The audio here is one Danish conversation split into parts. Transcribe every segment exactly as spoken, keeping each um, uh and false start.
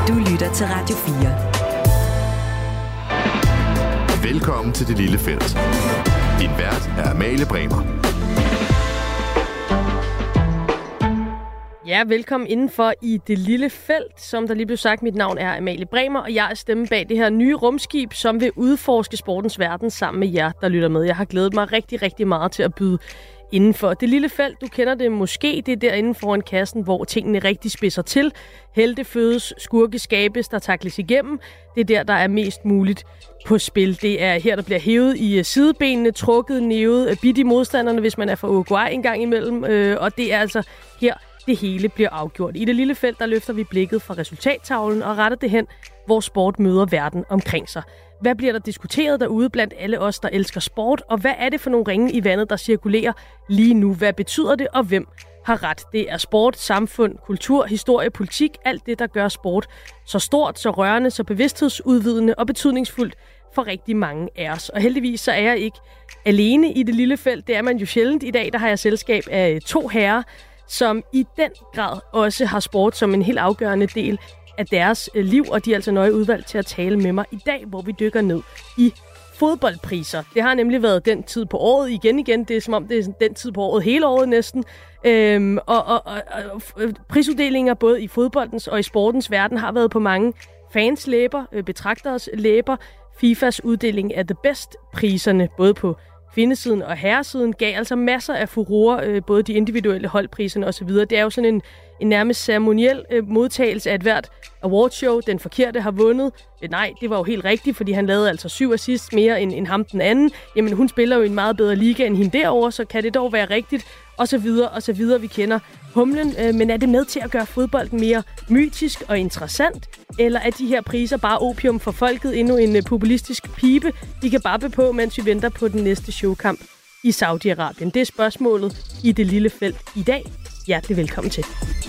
Du lytter til Radio fire. Velkommen til Det Lille Felt. Din vært er Amalie Bremer. Ja, velkommen indenfor i Det Lille Felt. Som der lige blev sagt, mit navn er Amalie Bremer, og jeg er stemme bag det her nye rumskib, som vil udforske sportens verden sammen med jer, der lytter med. Jeg har glædet mig rigtig, rigtig meget til at byde indenfor. Det Lille Felt, du kender det måske, det er derinde foran kassen, hvor tingene rigtig spidser til. Helte fødes, skurke skabes, der takles igennem. Det er der, der er mest muligt på spil. Det er her, der bliver hævet i sidebenene, trukket, nævet, bidt i modstanderne, hvis man er fra Uruguay en gang imellem. Og det er altså her, det hele bliver afgjort. I Det Lille Felt, der løfter vi blikket fra resultattavlen og retter det hen, hvor sport møder verden omkring sig. Hvad bliver der diskuteret derude blandt alle os, der elsker sport? Og hvad er det for nogle ringe i vandet, der cirkulerer lige nu? Hvad betyder det, og hvem har ret? Det er sport, samfund, kultur, historie, politik. Alt det, der gør sport så stort, så rørende, så bevidsthedsudvidende og betydningsfuldt for rigtig mange af os. Og heldigvis så er jeg ikke alene i Det Lille Felt. Det er man jo sjældent. I dag der har jeg selskab af to herrer, som i den grad også har sport som en helt afgørende del af deres liv, og de er altså nøje udvalgt til at tale med mig i dag, hvor vi dykker ned i fodboldpriser. Det har nemlig været den tid på året igen igen. Det er som om, det er den tid på året hele året næsten. Øhm, og, og, og, og prisuddelinger både i fodboldens og i sportens verden har været på mange fans læber, betragteres læber. FIFAs uddeling af The Best-priserne, både på kvindesiden og herresiden, gav altså masser af furore, øh, både de individuelle holdpriserne osv. Det er jo sådan en, en nærmest ceremoniel øh, modtagelse af et hvert awardshow. Den forkerte har vundet. Øh, nej, det var jo helt rigtigt, fordi han lavede altså syv assists mere end, end ham den anden. Jamen, hun spiller jo i en meget bedre liga end hende derovre, så kan det dog være rigtigt, og så videre, og så videre. Vi kender humlen, øh, men er det med til at gøre fodbolden mere mytisk og interessant? Eller er de her priser bare opium for folket, endnu en uh, populistisk pibe, de kan bappe på, mens vi venter på den næste showkamp i Saudi-Arabien? Det er spørgsmålet i Det Lille Felt i dag. Hjertelig velkommen til.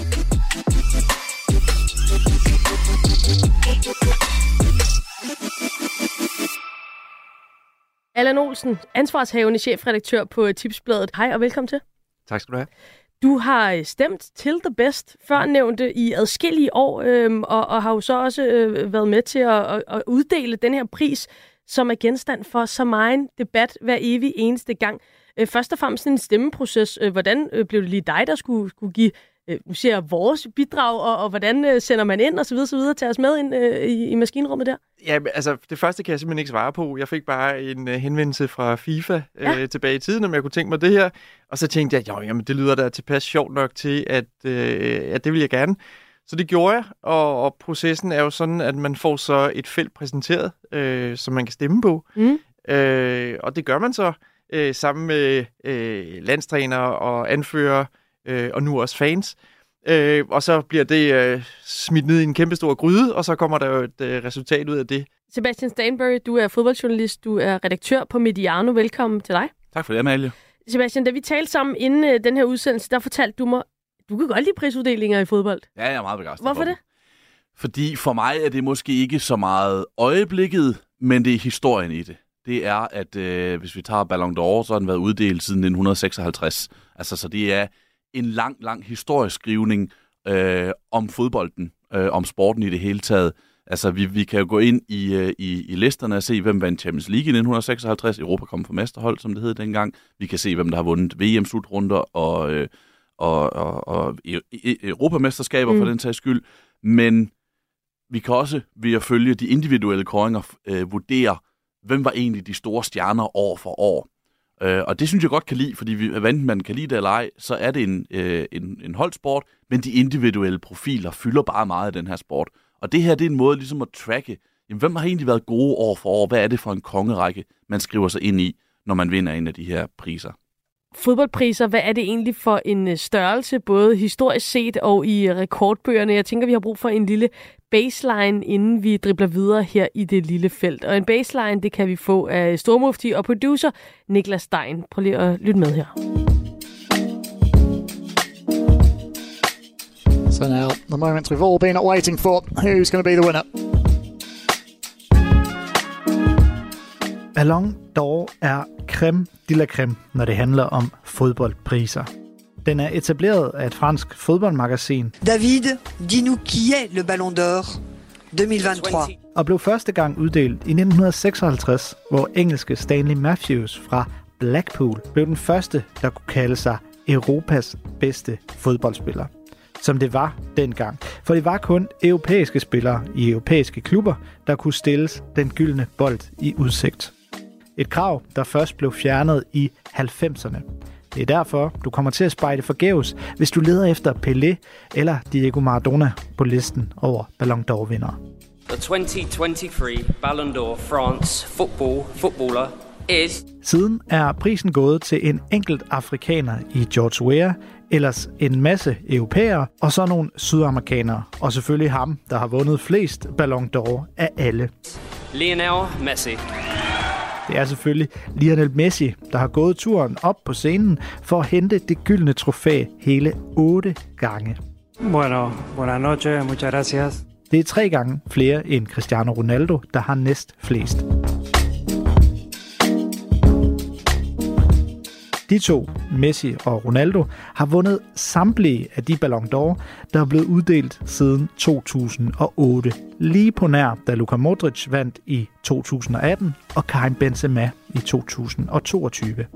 Allan Olsen, ansvarshavende chefredaktør på Tipsbladet. Hej og velkommen til. Tak skal du have. Du har stemt til The Best, førnævnte i adskillige år, øhm, og, og har jo så også øh, været med til at, at, at uddele den her pris, som er genstand for så meget debat hver evig eneste gang. Øh, først og fremmest en stemmeproces. Øh, hvordan øh, blev det lige dig, der skulle, skulle give øh, nu siger jeg, vores bidrag, og, og hvordan øh, sender man ind, og så videre, så videre, tage os med ind øh, i, i maskinrummet der? Ja, altså det første kan jeg simpelthen ikke svare på. Jeg fik bare en uh, henvendelse fra FIFA ja. øh, tilbage i tiden, om jeg kunne tænke mig det her. Og så tænkte jeg, jo, jamen, det lyder da tilpas sjovt nok til, at, øh, at det vil jeg gerne. Så det gjorde jeg, og, og processen er jo sådan, at man får så et felt præsenteret, øh, som man kan stemme på. Mm. Øh, og det gør man så øh, sammen med øh, landstræner og anfører, øh, og nu også fans. Øh, og så bliver det øh, smidt ned i en kæmpe stor gryde, og så kommer der jo et øh, resultat ud af det. Sebastian Stanbury, du er fodboldjournalist, du er redaktør på Mediano. Velkommen til dig. Tak for det, Amalie. Sebastian, da vi talte sammen inden øh, den her udsendelse, der fortalte du mig, du kan godt lide prisuddelinger i fodbold. Ja, jeg er meget begejstret. Hvorfor for det? Fordi for mig er det måske ikke så meget øjeblikket, men det er historien i det. Det er, at øh, hvis vi tager Ballon d'Or, så har den været uddelt siden nitten seksoghalvtreds. Altså, så det er en lang, lang historieskrivning øh, om fodbolden, øh, om sporten i det hele taget. Altså, vi, vi kan jo gå ind i, øh, i, i listerne og se, hvem vandt Champions League i nitten seksoghalvtreds. Europa kom på mesterhold, som det hed dengang. Vi kan se, hvem der har vundet V M-slutrunder og, øh, og, og, og Europamesterskaber mm. for den sags skyld. Men vi kan også, ved at følge de individuelle kåringer, øh, vurdere, hvem var egentlig de store stjerner år for år. Uh, og det synes jeg godt kan lide, fordi vi, hvad man kan lide det eller ej, så er det en, øh, en, en holdsport, men de individuelle profiler fylder bare meget af den her sport. Og det her, det er en måde ligesom at tracke, jamen, hvem har egentlig været gode år for år? Hvad er det for en kongerække, man skriver sig ind i, når man vinder en af de her priser? Fodboldpriser, hvad er det egentlig for en størrelse, både historisk set og i rekordbøgerne? Jeg tænker, vi har brug for en lille baseline, inden vi dribler videre her i Det Lille Felt. Og en baseline, det kan vi få af stormufti og producer Niklas Stein. Prøv lige at lytte med her. So now, the moment we've all been waiting for. Who's going to be the winner? Ballon d'Or er creme de la creme, når det handler om fodboldpriser. Den er etableret af et fransk fodboldmagasin. David, dis-nous qui est le Ballon d'Or? to tusind femogtyve. Og blev første gang uddelt i nitten seksoghalvtreds, hvor engelske Stanley Matthews fra Blackpool blev den første, der kunne kalde sig Europas bedste fodboldspiller. Som det var dengang. For det var kun europæiske spillere i europæiske klubber, der kunne stilles den gyldne bold i udsigt. Et krav, der først blev fjernet i halvfemserne. Det er derfor, du kommer til at spejde forgæves, hvis du leder efter Pelé eller Diego Maradona på listen over Ballon d'Or-vindere. The twenty twenty-three Ballon d'Or France football footballer is... Siden er prisen gået til en enkelt afrikaner i George Weah, ellers en masse europæere og så nogle sydamerikanere. Og selvfølgelig ham, der har vundet flest Ballon d'Or af alle. Lionel Messi. Det er selvfølgelig Lionel Messi, der har gået turen op på scenen for at hente det gyldne trofæ hele otte gange. Bueno, buenas noches, muchas gracias. Det er tre gange flere end Cristiano Ronaldo, der har næst flest. De to, Messi og Ronaldo, har vundet samtlige af de Ballon d'Or, der er blevet uddelt siden to tusind og otte. Lige på nær, da Luka Modric vandt i to tusind og atten og Karim Benzema i to tusind og toogtyve.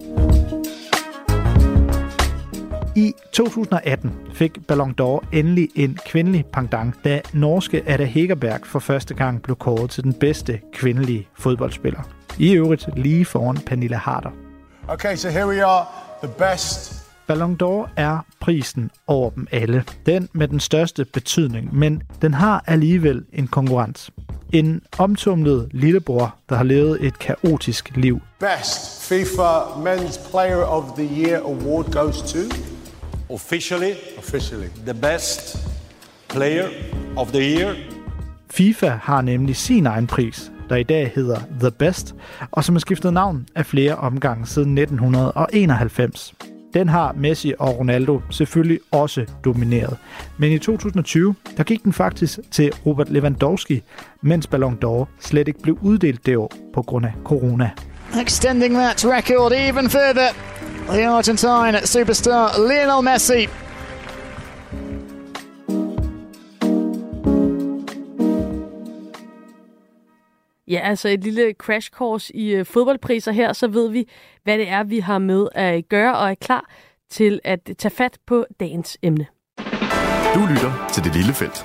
I to tusind og atten fik Ballon d'Or endelig en kvindelig pendant, da norske Ada Hegerberg for første gang blev kåret til den bedste kvindelige fodboldspiller. I øvrigt lige foran Pernille Harder. Okay, so here we are, the best. Ballon d'Or er prisen over dem alle. Den med den største betydning, men den har alligevel en konkurrent. En omtumlet lillebror, der har levet et kaotisk liv. Best FIFA Men's Player of the Year award goes to... Officially, Officially. the best player of the year. FIFA har nemlig sin egen pris, der i dag hedder The Best, og som har skiftet navn af flere omgange siden nitten enoghalvfems. Den har Messi og Ronaldo selvfølgelig også domineret. Men i to tusind og tyve, der gik den faktisk til Robert Lewandowski, mens Ballon d'Or slet ikke blev uddelt det år på grund af corona. Extending that record even further. The Argentine superstar Lionel Messi. Ja, altså et lille crash course i uh, fodboldpriser her, så ved vi, hvad det er, vi har med at gøre, og er klar til at tage fat på dagens emne. Du lytter til Det Lille Felt.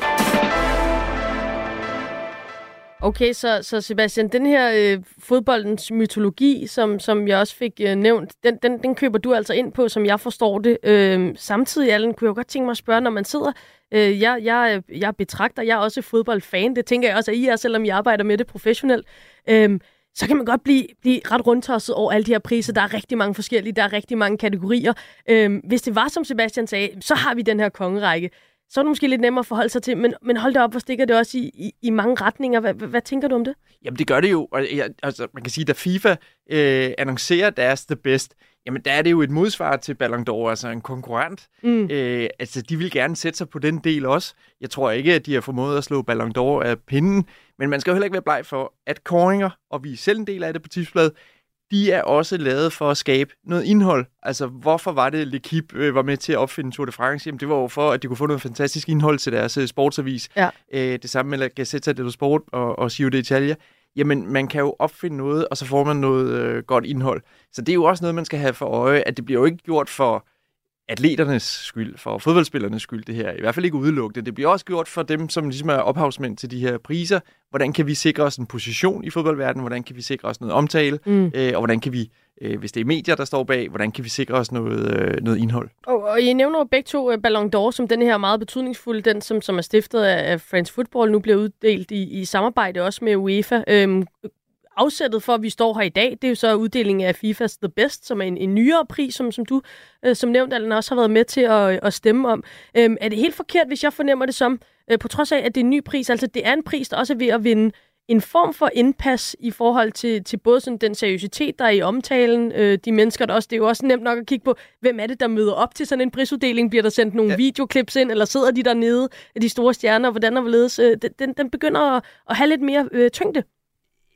Okay, så, så Sebastian, den her øh, fodboldens mytologi, som, som jeg også fik øh, nævnt, den, den, den køber du altså ind på, som jeg forstår det. Øh, samtidig, Allen, kunne jeg godt tænke mig at spørge, når man sidder... Øh, jeg, jeg, jeg betragter, jeg er også fodboldfan, det tænker jeg også, at I er, selvom I arbejder med det professionelt. Øh, så kan man godt blive, blive ret rundtosset over alle de her priser. Der er rigtig mange forskellige, der er rigtig mange kategorier. Øh, hvis det var, som Sebastian sagde, så har vi den her kongerække. Så er det måske lidt nemmere at forholde sig til, men, men hold da op, hvor stikker det også i, i, i mange retninger. Hvad, hvad, hvad tænker du om det? Jamen, det gør det jo. Og, ja, altså, man kan sige, da FIFA øh, annoncerer deres The Best, jamen, der er det jo et modsvar til Ballon d'Or, altså en konkurrent. Mm. Øh, altså, de vil gerne sætte sig på den del også. Jeg tror ikke, at de har formået at slå Ballon d'Or af pinden, men man skal jo heller ikke være bleg for, at kåringer, og vi er selv en del af det på Tipsbladet, de er også lavet for at skabe noget indhold. Altså, hvorfor var det, L'Equipe øh, var med til at opfinde Tour de France? Jamen, det var jo for, at de kunne få noget fantastisk indhold til deres øh, sportsavis. Ja. Øh, det samme med Gazzetta dello Sport og, og Giro d'Italia. Jamen, man kan jo opfinde noget, og så får man noget øh, godt indhold. Så det er jo også noget, man skal have for øje, at det bliver jo ikke gjort for atleternes skyld, for fodboldspillernes skyld, det her. I hvert fald ikke udelukkende. Det bliver også gjort for dem, som ligesom er ophavsmænd til de her priser. Hvordan kan vi sikre os en position i fodboldverdenen? Hvordan kan vi sikre os noget omtale? Mm. Øh, og hvordan kan vi, øh, hvis det er medier, der står bag, hvordan kan vi sikre os noget, øh, noget indhold? Og, og I nævner jo begge to uh, Ballon d'Or, som den her meget betydningsfulde, den som, som er stiftet af France Football, nu bliver uddelt i, i samarbejde også med UEFA. Øhm, Afsættet for, at vi står her i dag, det er jo så uddelingen af FIFAs The Best, som er en, en nyere pris, som, som du øh, som nævnt, Allen, også har været med til at, at stemme om. Øhm, er det helt forkert, hvis jeg fornemmer det som, øh, på trods af, at det er en ny pris, altså det er en pris, der også er ved at vinde en form for indpas i forhold til, til både sådan den seriøsitet, der er i omtalen, øh, de mennesker, der også, det er jo også nemt nok at kigge på, hvem er det, der møder op til sådan en prisuddeling? Bliver der sendt nogle ja. videoklips ind, eller sidder de dernede, de store stjerner, hvordan og hvorledes? Øh, den, den begynder at, at have lidt mere øh, tyngde.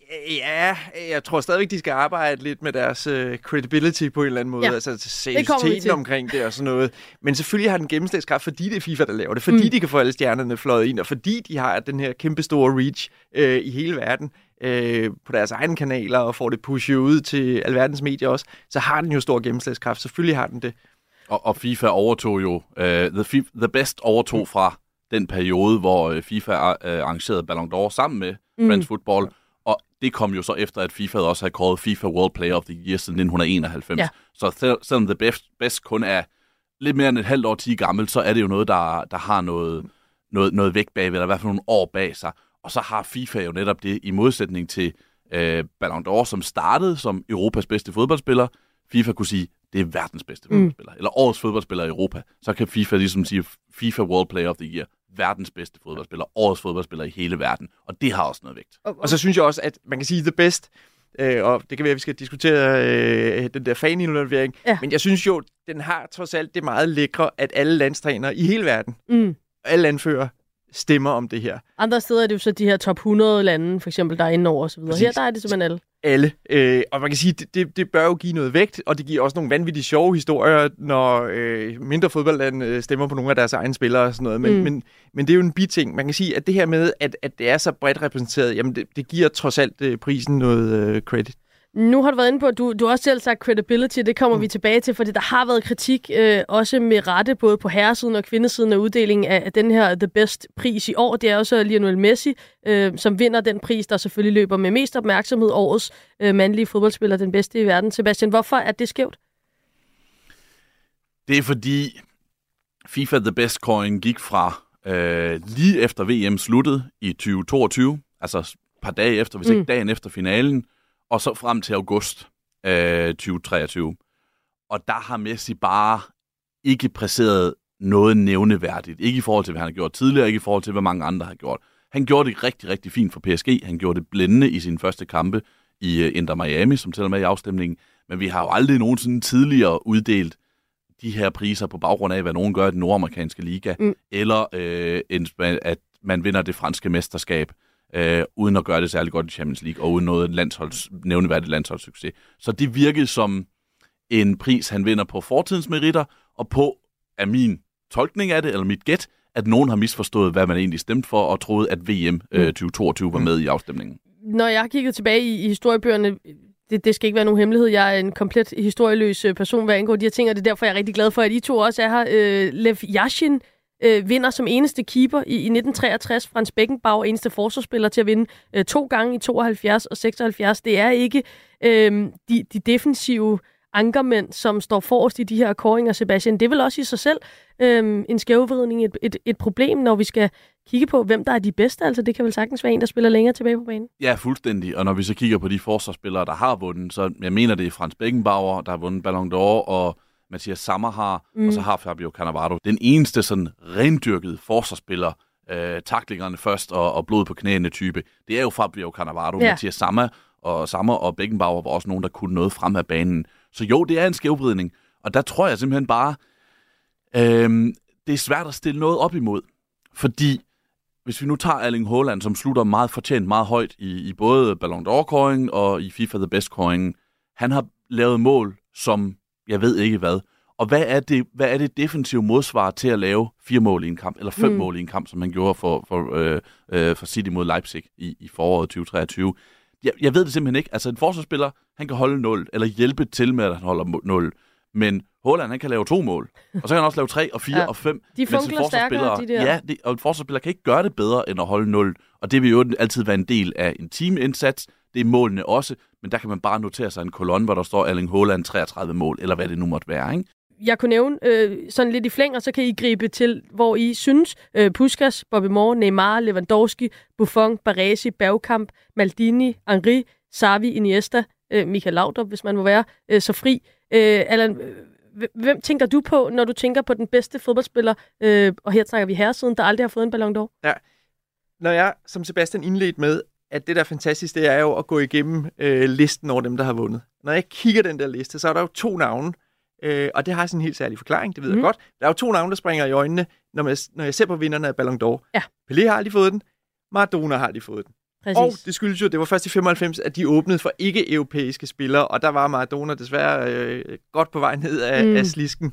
Ja, jeg tror stadigvæk, de skal arbejde lidt med deres uh, credibility på en eller anden måde. Ja. Altså seriøsiteten omkring det og sådan noget. Men selvfølgelig har den gennemslagskraft, fordi det er FIFA, der laver det. Fordi mm. de kan få alle stjernerne fløjet ind, og fordi de har den her kæmpe store reach uh, i hele verden uh, på deres egne kanaler, og får det pushet ud til alverdens medier også, så har den jo stor gennemslagskraft. Selvfølgelig har den det. Og, og FIFA overtog jo, uh, the, FIFA, the Best overtog fra den periode, hvor FIFA arrangerede Ballon d'Or sammen med mm. French Football. Og det kom jo så efter, at FIFA også havde kåret FIFA World Player of the Year siden nitten enoghalvfems. Ja. Så sel- selvom The Best, best kun er lidt mere end et halvt år ti gammel, så er det jo noget, der, der har noget, noget, noget vægt bagved, eller i hvert fald nogle år bag sig. Og så har FIFA jo netop det i modsætning til øh, Ballon d'Or, som startede som Europas bedste fodboldspiller. FIFA kunne sige, det er verdens bedste mm. fodboldspiller, eller årets fodboldspiller i Europa. Så kan FIFA ligesom sige FIFA World Player of the Year. Verdens bedste fodboldspiller, årets fodboldspiller i hele verden. Og det har også noget vægt. Og, og så synes jeg også, at man kan sige the best, øh, og det kan være, at vi skal diskutere øh, den der fan-involvering, ja. Men jeg synes jo, den har trods alt det meget lækre, at alle landstrænere i hele verden, mm. alle landfører, stemmer om det her. Andre steder er det jo så de her top hundrede lande, for eksempel, der er inde over og så videre. Præcis. Her der er det simpelthen alle. Alle. Øh, og man kan sige, det, det, det bør jo give noget vægt, og det giver også nogle vanvittigt sjove historier, når øh, mindre fodboldlande øh, stemmer på nogle af deres egne spillere og sådan noget. Men, mm. men, men det er jo en biting. Man kan sige, at det her med, at, at det er så bredt repræsenteret, jamen det, det giver trods alt øh, prisen noget øh, credit. Nu har du været inde på, at du, du har også selv sagt credibility, det kommer mm. vi tilbage til, fordi der har været kritik, øh, også med rette, både på herresiden og kvindesiden af uddelingen af, af den her The Best-pris i år. Det er også Lionel Messi, øh, som vinder den pris, der selvfølgelig løber med mest opmærksomhed, årets øh, mandlige fodboldspiller, den bedste i verden. Sebastian, hvorfor er det skævt? Det er fordi FIFA The Best-kåringen gik fra øh, lige efter V M sluttede i tyve toogtyve, altså et par dage efter, hvis mm. ikke dagen efter finalen, og så frem til august øh, tyve treogtyve. Og der har Messi bare ikke præsteret noget nævneværdigt. Ikke i forhold til, hvad han har gjort tidligere, ikke i forhold til, hvad mange andre har gjort. Han gjorde det rigtig, rigtig fint for P S G. Han gjorde det blændende i sine første kampe i uh, Inter Miami, som tæller med i afstemningen. Men vi har jo aldrig nogensinde tidligere uddelt de her priser på baggrund af, hvad nogen gør i den nordamerikanske liga, mm. eller øh, en, at man vinder det franske mesterskab, Øh, uden at gøre det særlig godt i Champions League, og uden noget landsholds, nævneværdigt landsholdssucces. Så det virkede som en pris, han vinder på fortidens meritter, og på, af min tolkning af det, eller mit gæt, at nogen har misforstået, hvad man egentlig stemte for, og troede, at V M øh, tyve toogtyve var med i afstemningen. Når jeg har kigget tilbage i, i historiebøgerne, det, det skal ikke være nogen hemmelighed, jeg er en komplet historieløs person, hvad angår de her ting, og det er derfor, jeg er rigtig glad for, at I to også er her. Øh, Lev Yashin Øh, vinder som eneste keeper i, i nitten treogtres. Frans Beckenbauer, eneste forsvarsspiller til at vinde øh, to gange i tooghalvfjerds og seksoghalvfjerds. Det er ikke øh, de, de defensive ankermænd, som står forrest i de her kåringer, Sebastian. Det er vel også i sig selv øh, en skævvridning, et, et, et problem, når vi skal kigge på, hvem der er de bedste. Altså, det kan vel sagtens være en, der spiller længere tilbage på banen. Ja, fuldstændig. Og når vi så kigger på de forsvarsspillere, der har vundet, så jeg mener, det er Frans Beckenbauer, der har vundet Ballon d'Or, og Mathias Sammer har, mm. og så har Fabio Cannavaro. Den eneste sådan rendyrkede forsvarsspiller, øh, taklingerne først og, og blod på knæene type, det er jo Fabio Cannavaro. Ja. Mathias Sammer og, Sammer og Beckenbauer var også nogen, der kunne noget frem af banen. Så jo, det er en skævvridning. Og der tror jeg simpelthen bare, øh, det er svært at stille noget op imod. Fordi hvis vi nu tager Erling Haaland, som slutter meget fortjent meget højt i, i både Ballon d'Or-kåringen og i FIFA The Best-kåringen, han har lavet mål, som jeg ved ikke hvad. Og hvad er det, hvad er det defensive modsvar til at lave fire mål i en kamp, eller fem mm. mål i en kamp, som han gjorde for, for, øh, øh, for City mod Leipzig i, i foråret tyve treogtyve? Jeg, jeg ved det simpelthen ikke. Altså en forsvarsspiller, han kan holde nul, eller hjælpe til med, at han holder nul. Men Haaland, han kan lave to mål. Og så kan han også lave tre og fire ja. og fem. De funkler stærkere, de der. Ja, det, og en forsvarsspiller kan ikke gøre det bedre, end at holde nul. Og det vil jo altid være en del af en teamindsats. Det er målene også, men der kan man bare notere sig en kolonne, hvor der står Erling Haaland treogtredive mål, eller hvad det nu måtte være, ikke? Jeg kunne nævne øh, sådan lidt i flæng, og så kan I gribe til, hvor I synes, øh, Puskas, Bobby Moore, Neymar, Lewandowski, Buffon, Baresi, Bergkamp, Maldini, Henry, Xavi, Iniesta, øh, Michael Laudrup, hvis man må være øh, så fri. Øh, Allan, øh, hvem tænker du på, når du tænker på den bedste fodboldspiller, øh, og her snakker vi herresiden, der aldrig har fået en Ballon d'Or? Ja, når jeg, som Sebastian indledte med, at det, der er fantastisk, det er jo at gå igennem øh, listen over dem, der har vundet. Når jeg kigger den der liste, så er der jo to navne, øh, og det har sådan en helt særlig forklaring, det ved mm. jeg godt. Der er jo to navne, der springer i øjnene, når, man, når jeg ser på vinderne af Ballon d'Or. Ja. Pelé har aldrig fået den, Maradona har aldrig fået den. Præcis. Og det skyldes jo, det var først i femoghalvfems, at de åbnede for ikke-europæiske spillere, og der var Maradona desværre øh, godt på vej ned af, mm. af slisken.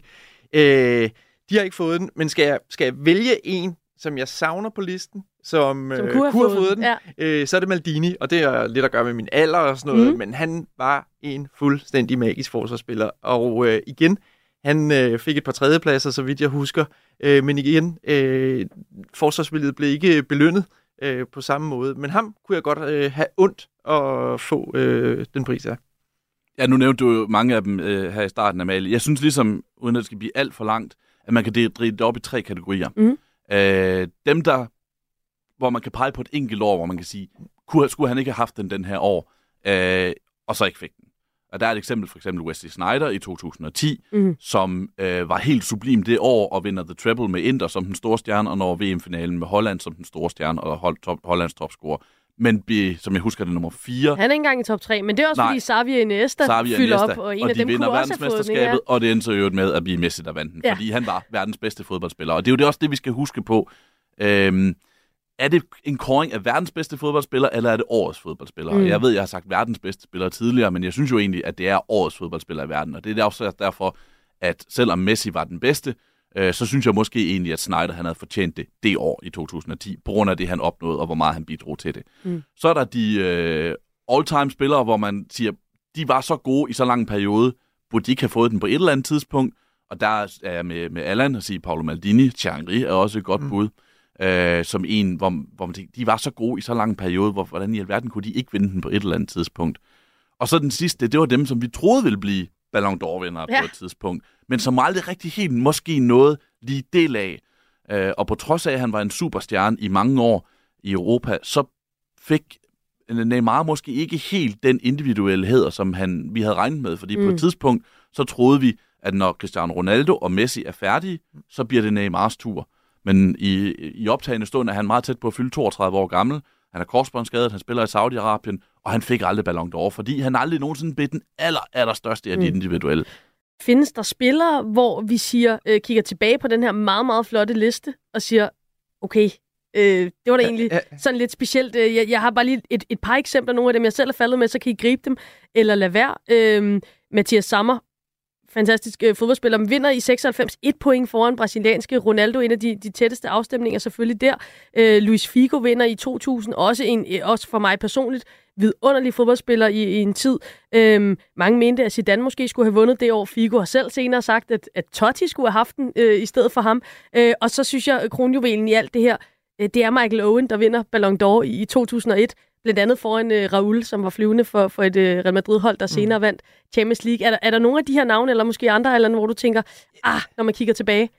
Øh, de har ikke fået den, men skal jeg, skal jeg vælge en, som jeg savner på listen, som, som øh, kunne have kunne fået, have fået den, ja. øh, så er det Maldini, og det er lidt at gøre med min alder og sådan noget, mm. men han var en fuldstændig magisk forsvarsspiller, og øh, igen, han øh, fik et par tredjepladser, så vidt jeg husker, øh, men igen, øh, forsvarsspillet blev ikke belønnet øh, på samme måde, men ham kunne jeg godt øh, have ondt at få øh, den pris af. Ja, nu nævnte du jo mange af dem øh, her i starten, Amalie. Jeg synes ligesom, uden at det skal blive alt for langt, at man kan dele det op i tre kategorier. Mm. Øh, dem, der, hvor man kan pege på et enkelt år, hvor man kan sige, kunne, skulle han ikke have haft den den her år, øh, og så ikke fik den. Og der er et eksempel, for eksempel Wesley Sneijder i to tusind og ti, mm. som øh, var helt sublim det år og vinder The Treble med Inter som den store stjerne, og når V M-finalen med Holland som den store stjerne og hold, top, Hollands topscorer. Men be, som jeg husker, det nummer fire. Han er ikke engang i top tre, men det er også Nej. fordi Xavi og Iniesta Xavi og fylder Iniesta, op, og en og af de dem vinder kunne også have fået den, ja. Og det endte jo med at blive Messi, der vandt den, ja. Fordi han var verdens bedste fodboldspiller. Og det er jo det også det, vi skal huske på. Øhm, er det en kåring af verdens bedste fodboldspiller, eller er det årets fodboldspiller? Mm. Jeg ved, jeg har sagt verdens bedste spiller tidligere, men jeg synes jo egentlig, at det er årets fodboldspiller i verden. Og det er også derfor, at selvom Messi var den bedste, øh, så synes jeg måske egentlig, at Sneijder han havde fortjent det det år i to tusind og ti, på grund af det, han opnåede, og hvor meget han bidrog til det. Mm. Så er der de øh, all-time spillere, hvor man siger, de var så gode i så lang en periode, burde de ikke have fået den på et eller andet tidspunkt. Og der er jeg med, med Allan at sige, Paolo Maldini, Thierry er også et godt mm. bud. Øh, som en, hvor, hvor man tænker, de var så gode i så lang en periode, hvor, hvordan i alverden kunne de ikke vinde den på et eller andet tidspunkt. Og så den sidste, det var dem, som vi troede ville blive Ballon d'Or-vindere ja. på et tidspunkt, men som aldrig rigtig helt måske nåede lige del af. Øh, og på trods af, at han var en superstjerne i mange år i Europa, så fik Neymar måske ikke helt den individuelle hæder, som han, vi havde regnet med, fordi mm. på et tidspunkt, så troede vi, at når Cristiano Ronaldo og Messi er færdige, så bliver det Neymars tur. Men i, i optagende stund er han meget tæt på at fylde toogtredive år gammel. Han er korsbåndsskadet, han spiller i Saudi-Arabien, og han fik aldrig Ballon d'Or, fordi han aldrig nogensinde blev den aller, allerstørste af de mm. individuelle. Findes der spillere, hvor vi siger, øh, kigger tilbage på den her meget, meget flotte liste, og siger, okay, øh, det var da egentlig ja, ja. sådan lidt specielt. Jeg, jeg har bare lige et, et par eksempler, nogle af dem, jeg selv er faldet med, så kan I gribe dem, eller lade være. Øh, Mathias Sammer, fantastisk øh, fodboldspiller, vinder i seksoghalvfems et point foran brasilianske Ronaldo, en af de, de tætteste afstemninger selvfølgelig der. Øh, Luis Figo vinder i to tusind, også, en, øh, også for mig personligt, vidunderlig fodboldspiller i, i en tid. Øh, mange mente, at Zidane måske skulle have vundet det år. Figo har selv senere sagt, at, at Totti skulle have haft den øh, i stedet for ham. Øh, og så synes jeg, kronjuvelen i alt det her, øh, det er Michael Owen, der vinder Ballon d'Or i, i to tusind og et. Blandt andet foran øh, Raul, som var flyvende for, for et øh, Real Madrid-hold, der senere mm. vandt Champions League. Er der, er der nogle af de her navne, eller måske andre, eller hvor du tænker, ah, når man kigger tilbage?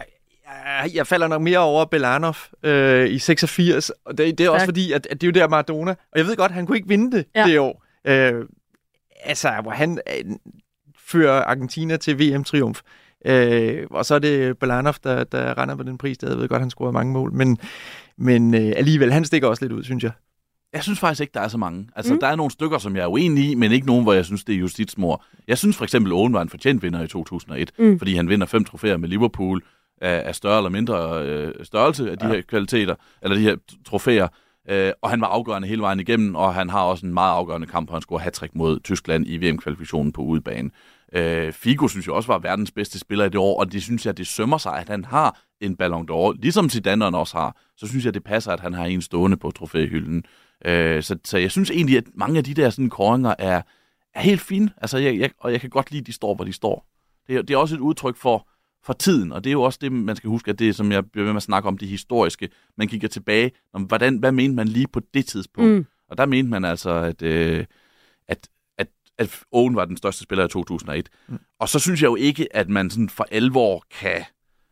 Jeg falder nok mere over Belanov øh, i seksogfirs, og det, det er også tak. fordi, at, at det er jo der Maradona, og jeg ved godt, han kunne ikke vinde det ja. det år. Øh, altså, hvor han øh, fører Argentina til V M-triumf. Øh, og så er det Belanov, der, der render på den pris. Jeg ved godt, han scorede mange mål, men, men øh, alligevel, han stikker også lidt ud, synes jeg. Jeg synes faktisk ikke, der er så mange. Altså, mm. der er nogle stykker, som jeg er uenig i, men ikke nogen, hvor jeg synes, det er justitsmord. Jeg synes for eksempel, Owen var en fortjent vinder i to tusind og et, mm. fordi han vinder fem trofæer med Liverpool af, af større eller mindre øh, størrelse af de ja. her kvaliteter, eller de her trofæer. Øh, og han var afgørende hele vejen igennem, og han har også en meget afgørende kamp, hvor han scorer hat-trick mod Tyskland i V M-kvalifikationen på udebane. Øh, Figo synes jeg også var verdens bedste spiller i det år, og det synes jeg, det sømmer sig, at han har en Ballon d'Or, ligesom Zidane også har. Så synes jeg, det passer, at han har en stående på trofæhylden. Øh, så, så jeg synes egentlig, at mange af de der sådan kåringer er, er helt fine, altså, jeg, jeg, og jeg kan godt lide, at de står, hvor de står. Det er, det er også et udtryk for, for tiden, og det er jo også det, man skal huske, at det som jeg bliver ved med at snakke om, det historiske. Man kigger tilbage, om, hvordan, hvad mente man lige på det tidspunkt? Mm. Og der mente man altså, at, øh, at, at, at Owen var den største spiller i to tusind og et. Mm. Og så synes jeg jo ikke, at man sådan for alvor kan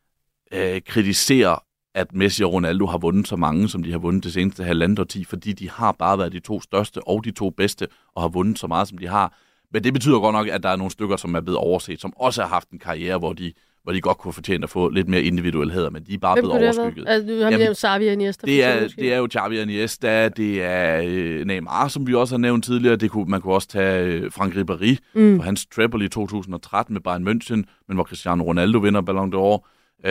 øh, kritisere, at Messi og Ronaldo har vundet så mange, som de har vundet det seneste halvandet årti, fordi de har bare været de to største og de to bedste, og har vundet så meget, som de har. Men det betyder godt nok, at der er nogle stykker, som er blevet overset, som også har haft en karriere, hvor de, hvor de godt kunne fortjene at få lidt mere individuel hæder, men de er bare Hvem blevet overskygget. Altså, du har nævnt Xavi og Iniesta. Det er, det er jo Xavi og Iniesta, det er øh, Neymar, som vi også har nævnt tidligere. Det kunne, man kunne også tage øh, Franck Ribéry mm. for hans treble i to tusind og tretten med Bayern München, men hvor Cristiano Ronaldo vinder Ballon d'Or.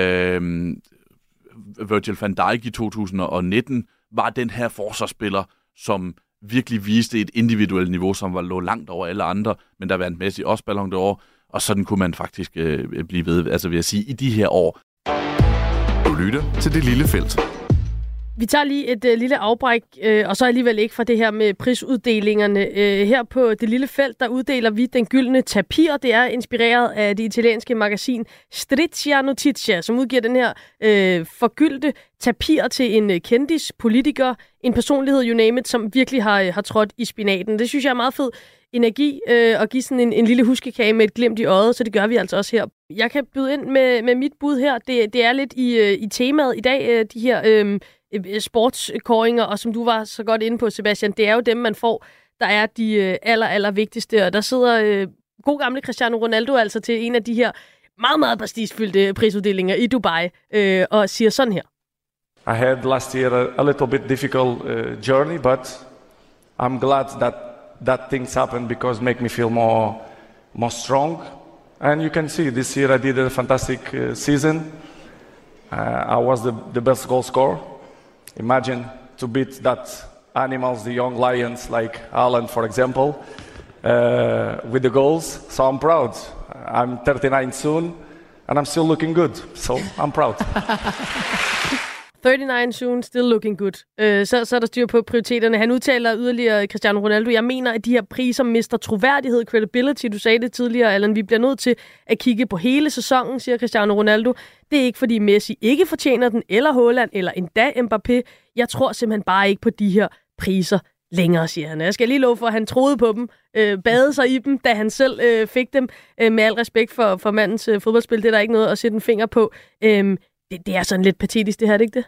Øh, Virgil van Dijk i to tusind og nitten var den her forsvarsspiller, som virkelig viste et individuelt niveau, som var lå langt over alle andre, men der vandt Messi også Ballon d'Or, og sådan kunne man faktisk øh, blive ved, altså vil jeg sige, i de her år. Du lytter til Det Lille Felt. Vi tager lige et øh, lille afbræk, øh, og så alligevel ikke fra det her med prisuddelingerne. Øh, her på Det Lille Felt, der uddeler vi den gyldne tapir. Det er inspireret af det italienske magasin Striscia Notizia, som udgiver den her øh, forgyldte tapir til en øh, kendis, politiker, en personlighed, you name it, som virkelig har, øh, har trådt i spinaten. Det synes jeg er meget fed energi øh, at give sådan en, en lille huskekage med et glimt i øjet, så det gør vi altså også her. Jeg kan byde ind med, med mit bud her. Det, det er lidt i, øh, i temaet i dag, øh, de her øh, sportskåringer, og som du var så godt inde på, Sebastian, det er jo dem, man får, der er de øh, aller, aller vigtigste, og der sidder øh, god gamle Cristiano Ronaldo altså til en af de her meget, meget prestigefyldte prisuddelinger i Dubai, øh, og siger sådan her. I had last year a, a little bit difficult uh, journey, but I'm glad that that things happened because make me feel more more strong. And you can see this year I did a fantastic uh, season. Uh, I was the, the best goal scorer. Imagine to beat that animals, the young lions like Haaland, for example, uh, with the goals. So I'm proud. I'm thirty-nine soon, and I'm still looking good. So I'm proud. thirty-nine soon, still looking good. Øh, så, så er der styr på prioriteterne. Han udtaler yderligere, Cristiano Ronaldo, jeg mener, at de her priser mister troværdighed, credibility. Du sagde det tidligere, Allan. Vi bliver nødt til at kigge på hele sæsonen, siger Cristiano Ronaldo. Det er ikke, fordi Messi ikke fortjener den, eller Haaland, eller endda Mbappé. Jeg tror simpelthen bare ikke på de her priser længere, siger han. Jeg skal lige love for, at han troede på dem, øh, badede sig i dem, da han selv øh, fik dem. Øh, med al respekt for, for mandens øh, fodboldspil, det er der ikke noget at sætte en finger på. Øh, Det, det er sådan lidt patetisk, det her, er det ikke det?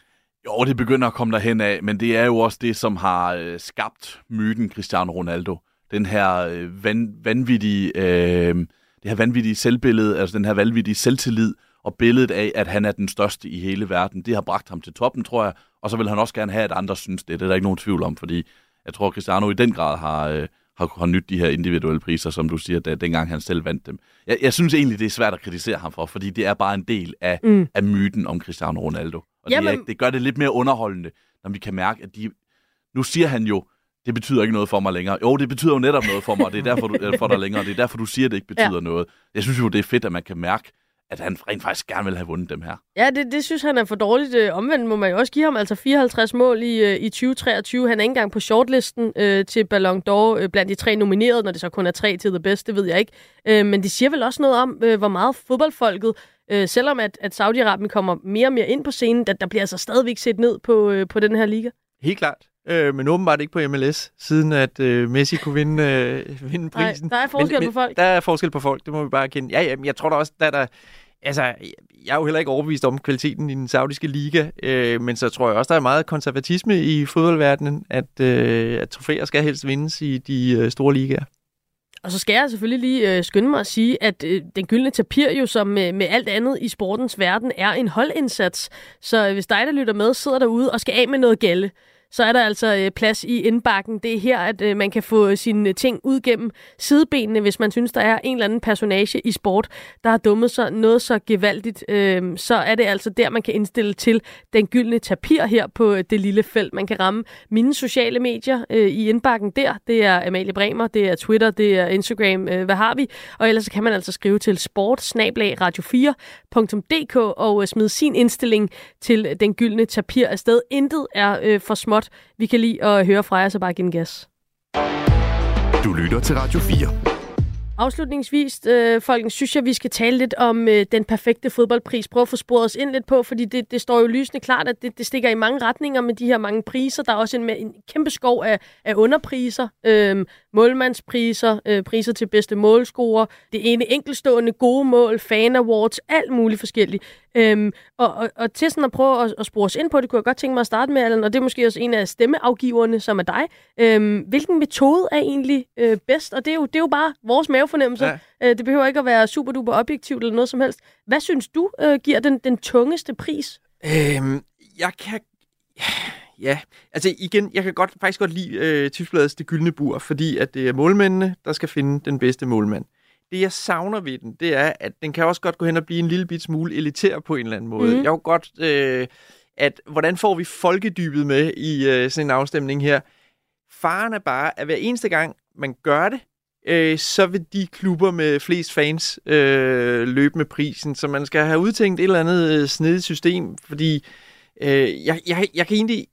Jo, det begynder at komme derhen af, men det er jo også det, som har øh, skabt myten Cristiano Ronaldo. Den her øh, van, vanvittige, øh, det her vanvittige selvbillede, altså den her vanvittige selvtillid, og billedet af, at han er den største i hele verden. Det har bragt ham til toppen, tror jeg, og så vil han også gerne have, at andre synes det. Det er der ikke nogen tvivl om, fordi jeg tror, Cristiano i den grad har... Øh, har, har nyt de her individuelle priser, som du siger, da, dengang han selv vandt dem. Jeg, jeg synes egentlig, det er svært at kritisere ham for, fordi det er bare en del af, mm. af myten om Cristiano Ronaldo. Og det, er, det gør det lidt mere underholdende, når vi kan mærke, at de... Nu siger han jo, det betyder ikke noget for mig længere. Jo, det betyder jo netop noget for mig, og det er derfor, du, for dig længere, og det er derfor, du siger, at det ikke betyder ja. noget. Jeg synes jo, det er fedt, at man kan mærke, at han rent faktisk gerne vil have vundet dem her. Ja, det, det synes han er for dårligt. Omvendt må man jo også give ham altså fireoghalvtreds mål i, i tyve treogtyve. Han er ikke engang på shortlisten øh, til Ballon d'Or øh, blandt de tre nominerede, når det så kun er tre til the best, det ved jeg ikke. Øh, men det siger vel også noget om, øh, hvor meget fodboldfolket, øh, selvom at, at Saudi-Arabien kommer mere og mere ind på scenen, at der bliver altså stadigvæk set ned på, øh, på den her liga. Helt klart. Øh, men åbenbart ikke på M L S, siden at øh, Messi kunne vinde, øh, vinde prisen. Nej, der er forskel men, på folk. Der er forskel på folk, det må vi bare erkende. Ja, ja, jeg tror da også, der er der... Altså, jeg er jo heller ikke overbevist om kvaliteten i den saudiske liga, øh, men så tror jeg også, der er meget konservatisme i fodboldverdenen, at, øh, at trofæer skal helst vindes i de øh, store ligaer. Og så skal jeg selvfølgelig lige øh, skynde mig at sige, at øh, den gyldne tapir jo som med, med alt andet i sportens verden er en holdindsats. Så øh, hvis dig, der lytter med, sidder derude og skal af med noget gælde, så er der altså øh, plads i indbakken. Det er her, at øh, man kan få sine ting ud gennem sidebenene, hvis man synes, der er en eller anden personage i sport, der har dummet sig noget så gevaldigt. Øh, så er det altså der, man kan indstille til den gyldne tapir her på øh, Det Lille Felt. Man kan ramme mine sociale medier øh, i indbakken der. Det er Amalie Bremer, det er Twitter, det er Instagram. Øh, hvad har vi? Og ellers kan man altså skrive til sport snabel-a radio fire punktum d k og øh, smide sin indstilling til den gyldne tapir afsted. Intet er øh, for småt. Vi kan lige at høre fra jer, så bare give den gas. Du lytter til Radio fire. Afslutningsvis, øh, folkens, synes jeg, vi skal tale lidt om øh, den perfekte fodboldpris. Prøv at få sporet os ind lidt på, fordi det, det står jo lysende klart, at det, det stikker i mange retninger med de her mange priser. Der er også en, en kæmpe skov af, af underpriser, øh, målmandspriser, øh, priser til bedste målscorer, det ene enkeltstående gode mål, fan awards, alt muligt forskelligt. Øhm, og, og, og til sådan at prøve at, at spore os ind på det, kunne jeg godt tænke mig at starte med, Allan, og det er måske også en af stemmeafgiverne, som er dig. Øhm, hvilken metode er egentlig øh, bedst? Og det er, jo, det er jo bare vores mavefornemmelse. Ja. Øh, det behøver ikke at være super duper objektivt eller noget som helst. Hvad synes du øh, giver den, den tungeste pris? Øhm, jeg kan... Ja, altså igen, jeg kan godt, faktisk godt lide øh, Tipsbladets Det Gyldne Bur, fordi at det er målmændene, der skal finde den bedste målmand. Det, jeg savner ved den, det er, at den kan også godt gå hen og blive en lille bit smule elitær på en eller anden måde. Mm. Jeg er jo godt, øh, at hvordan får vi folkedybet med i øh, sådan en afstemning her? faren er bare, at hver eneste gang, man gør det, øh, så vil de klubber med flest fans øh, løbe med prisen. Så man skal have udtænkt et eller andet øh, snedigt system, fordi øh, jeg, jeg, jeg kan egentlig...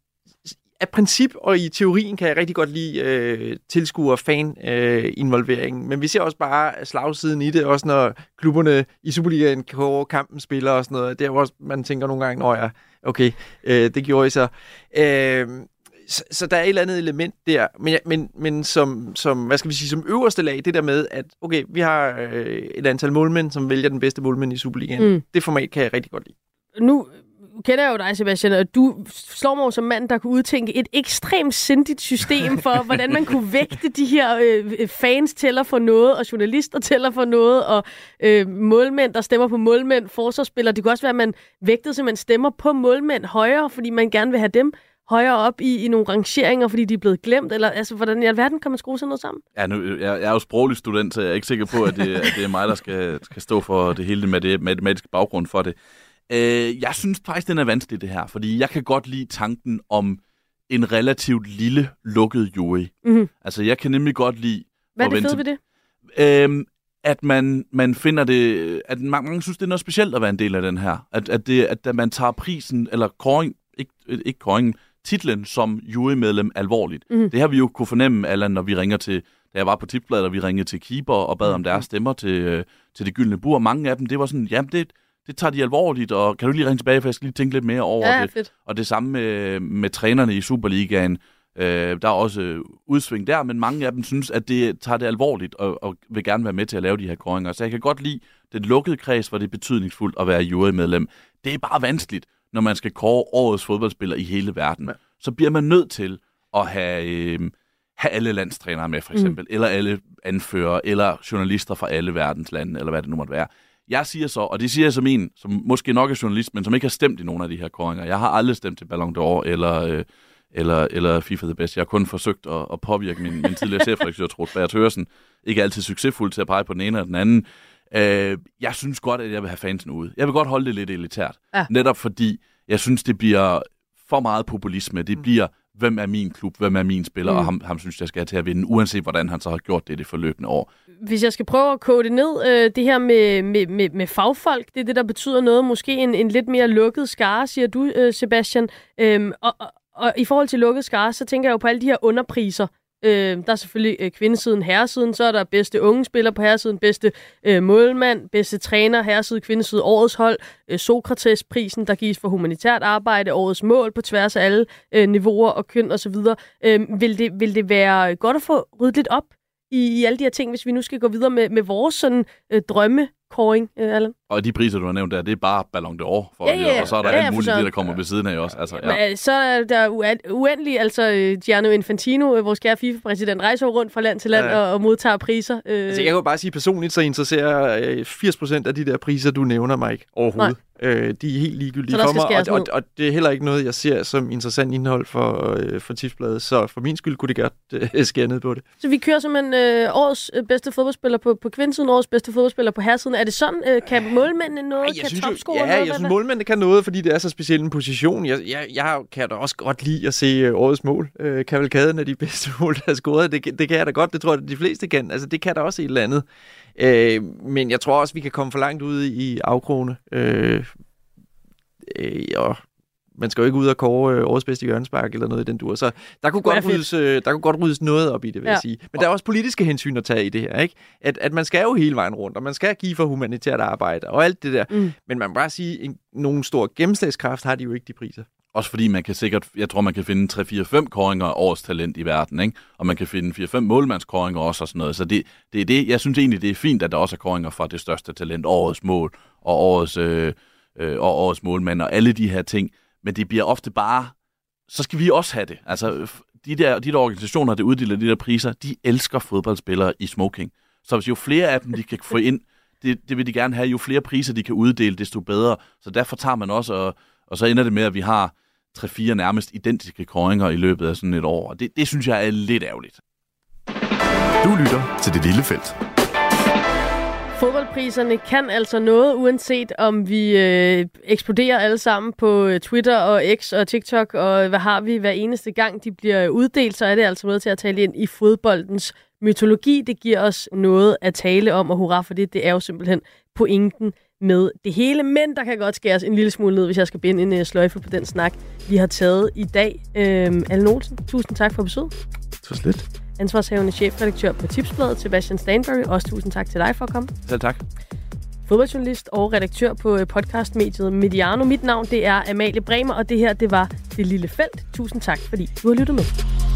Af princip og i teorien kan jeg rigtig godt lide øh, tilskuer fan-involveringen, øh, men vi ser også bare slagsiden i det, også når klubberne i Superligaen kårer kampen spiller og sådan noget. Det er også, man tænker nogle gange, nå ja, okay, øh, det gjorde I så. Øh, så. Så der er et eller andet element der, men, men, men som, som, hvad skal vi sige, som øverste lag, det der med, at okay, vi har øh, et antal målmænd, som vælger den bedste målmænd i Superligaen. Mm. Det format kan jeg rigtig godt lide. Nu kender jeg jo dig, Sebastian, og du slår mig som mand, der kunne udtænke et ekstremt sindigt system for, hvordan man kunne vægte de her øh, fans tæller for noget, og journalister tæller for noget, og øh, målmænd, der stemmer på målmænd, forsvarsspillere. Det kunne også være, at man vægtede, så man stemmer på målmænd højere, fordi man gerne vil have dem højere op i, i nogle rangeringer, fordi de er blevet glemt, eller altså, hvordan i alverden kan man skrue sådan noget sammen? Ja, nu, jeg, jeg er jo sproglig student, så jeg er ikke sikker på, at det, at det er mig, der skal, skal stå for det hele med det matematiske baggrund for det. Øh, jeg synes faktisk, den er vanskelig, det her, fordi jeg kan godt lide tanken om en relativt lille, lukket jury. Mm-hmm. Altså, jeg kan nemlig godt lide... Hvad er det fede ved det? Øh, at man, man finder det... At mange, mange synes, det er noget specielt at være en del af den her. At, at, det, at man tager prisen, eller kåring, ikke, ikke kåringen, titlen som jurymedlem alvorligt. Mm. Det har vi jo kunne fornemme, Allan, når vi ringer til, da jeg var på Tipsbladet, og vi ringede til keeper og bad om deres stemmer til, til det gyldne bur. Mange af dem, det var sådan, jamen det, det tager de alvorligt, og kan du lige ringe tilbage, for jeg skal lige tænke lidt mere over ja, det. Fedt. Og det samme med, med trænerne i Superligaen. Øh, der er også udsving der, men mange af dem synes, at det tager det alvorligt, og, og vil gerne være med til at lave de her kåringer. Så jeg kan godt lide den lukkede kreds, hvor det er betydningsfuldt at være jurymedlem. Det er bare vanskeligt, når man skal kåre årets fodboldspiller i hele verden. Ja. Så bliver man nødt til at have, øh, have alle landstrænere med, for eksempel, mm. eller alle anfører, eller journalister fra alle verdens lande, eller hvad det nu måtte være. Jeg siger så, og det siger jeg som en, som måske nok er journalist, men som ikke har stemt i nogle af de her kåringer. Jeg har aldrig stemt til Ballon d'Or, eller, øh, eller, eller FIFA The Best. Jeg har kun forsøgt at, at påvirke min, min tidligere chefredaktør, Troels Bært Hørsen. Ikke altid succesfuld til at pege på den ene eller den anden. Øh, jeg synes godt, at jeg vil have fansen ude. Jeg vil godt holde det lidt elitært. Ja. Netop fordi, jeg synes, det bliver for meget populisme. Det bliver, hvem er min klub, hvem er min spiller, mm. og ham, ham synes jeg skal have til at vinde, uanset hvordan han så har gjort det det forløbende år. Hvis jeg skal prøve at kode det ned, øh, det her med, med, med, med fagfolk, det er det, der betyder noget. Måske en, en lidt mere lukket skare, siger du, øh, Sebastian. Øhm, og, og, og i forhold til lukket skare, så tænker jeg jo på alle de her underpriser. Øh, der er selvfølgelig øh, kvindesiden, herresiden, så er der bedste unge spiller på herresiden, bedste øh, målmand, bedste træner, herreside, kvindeside, årets hold, øh, Sokrates-prisen, der gives for humanitært arbejde, årets mål på tværs af alle øh, niveauer og køn osv. Øh, vil, det, vil det være godt at få ryddet lidt op i, i alle de her ting, hvis vi nu skal gå videre med, med vores sådan øh, drømmekåring, øh, Allan? Og de priser, du har nævnt der, det er bare Ballon d'Or, for ja, ja, og så er der ja, alt muligt, det, der kommer ved siden af også. Altså, ja. Men, så er der uendelig, altså Gianni Infantino, vores kære FIFA-præsident, rejser rundt fra land til land ja. og, og modtager priser. Øh. Altså, jeg kan jo bare sige personligt, så interesserer firs procent af de der priser, du nævner mig ikke overhovedet. Øh, de er helt ligegyldige for mig, og, og, og det er heller ikke noget, jeg ser som interessant indhold for, øh, for Tipsbladet, så for min skyld kunne det godt øh, skære ned på det. Så vi kører simpelthen øh, årets bedste fodboldspiller på, på kvindesiden, årets bedste fodboldspiller på herresiden. Er det sådan, øh, kan målmændene noget? Ej, jeg kan synes topscorer jo, ja, noget? jeg synes målmændene kan noget, fordi det er så speciel en position. Jeg, jeg, jeg kan da også godt lide at se øh, årets mål. Øh, kavalkaden af de bedste mål, der er scoret. Det, det kan jeg da godt, det tror jeg, de fleste kan. Altså, det kan da også et eller andet. Øh, men jeg tror også, vi kan komme for langt ud i afkrogene. Øh, Øh, ja, man skal jo ikke ud og kåre øh, årets bedste hjørnespark eller noget i den dur. Så der kunne, godt ryddes, øh, der kunne godt ryddes noget op i det, vil ja. jeg sige. Men der er også politiske hensyn at tage i det her, ikke? At, at man skal jo hele vejen rundt, og man skal give for humanitært arbejde og alt det der. Mm. Men man må bare sige, en, nogen stor gennemslagskraft har de jo ikke, de priser. Også fordi man kan sikkert, jeg tror man kan finde tre fire fem kåringer af årets talent i verden, ikke? Og man kan finde fire fem målmandskåringer også og sådan noget. Så det, det er det, jeg synes egentlig, det er fint, at der også er kåringer fra det største talent, årets mål og årets... Øh, og årets målmand og alle de her ting, men det bliver ofte bare, så skal vi også have det. Altså, de der, de der organisationer, der uddeler de der priser, de elsker fodboldspillere i smoking. Så hvis jo flere af dem, de kan få ind, det, det vil de gerne have, jo flere priser, de kan uddele, desto bedre. Så derfor tager man også, og, og så ender det med, at vi har tre fire nærmest identiske kåringer i løbet af sådan et år. Og det, det synes jeg er lidt ærgerligt. Du lytter til Det Lille Felt. Fodboldpriserne kan altså noget, uanset om vi øh, eksploderer alle sammen på Twitter og X og TikTok, og hvad har vi hver eneste gang, de bliver uddelt, så er det altså med til at tale ind i fodboldens mytologi. Det giver os noget at tale om, og hurra for det, det er jo simpelthen pointen med det hele. Men der kan godt skæres en lille smule ned, hvis jeg skal binde en sløjfe på den snak, vi har taget i dag. Øhm, Allen Olsen, tusind tak for besøget. Så lidt. Ansvarshavende chefredaktør på Tipsbladet, Sebastian Stanbury. Også tusind tak til dig for at komme. Selv tak. Fodboldjournalist og redaktør på podcastmediet Mediano. Mit navn, det er Amalie Bremer, og det her, det var Det Lille Felt. Tusind tak, fordi du har lyttet med.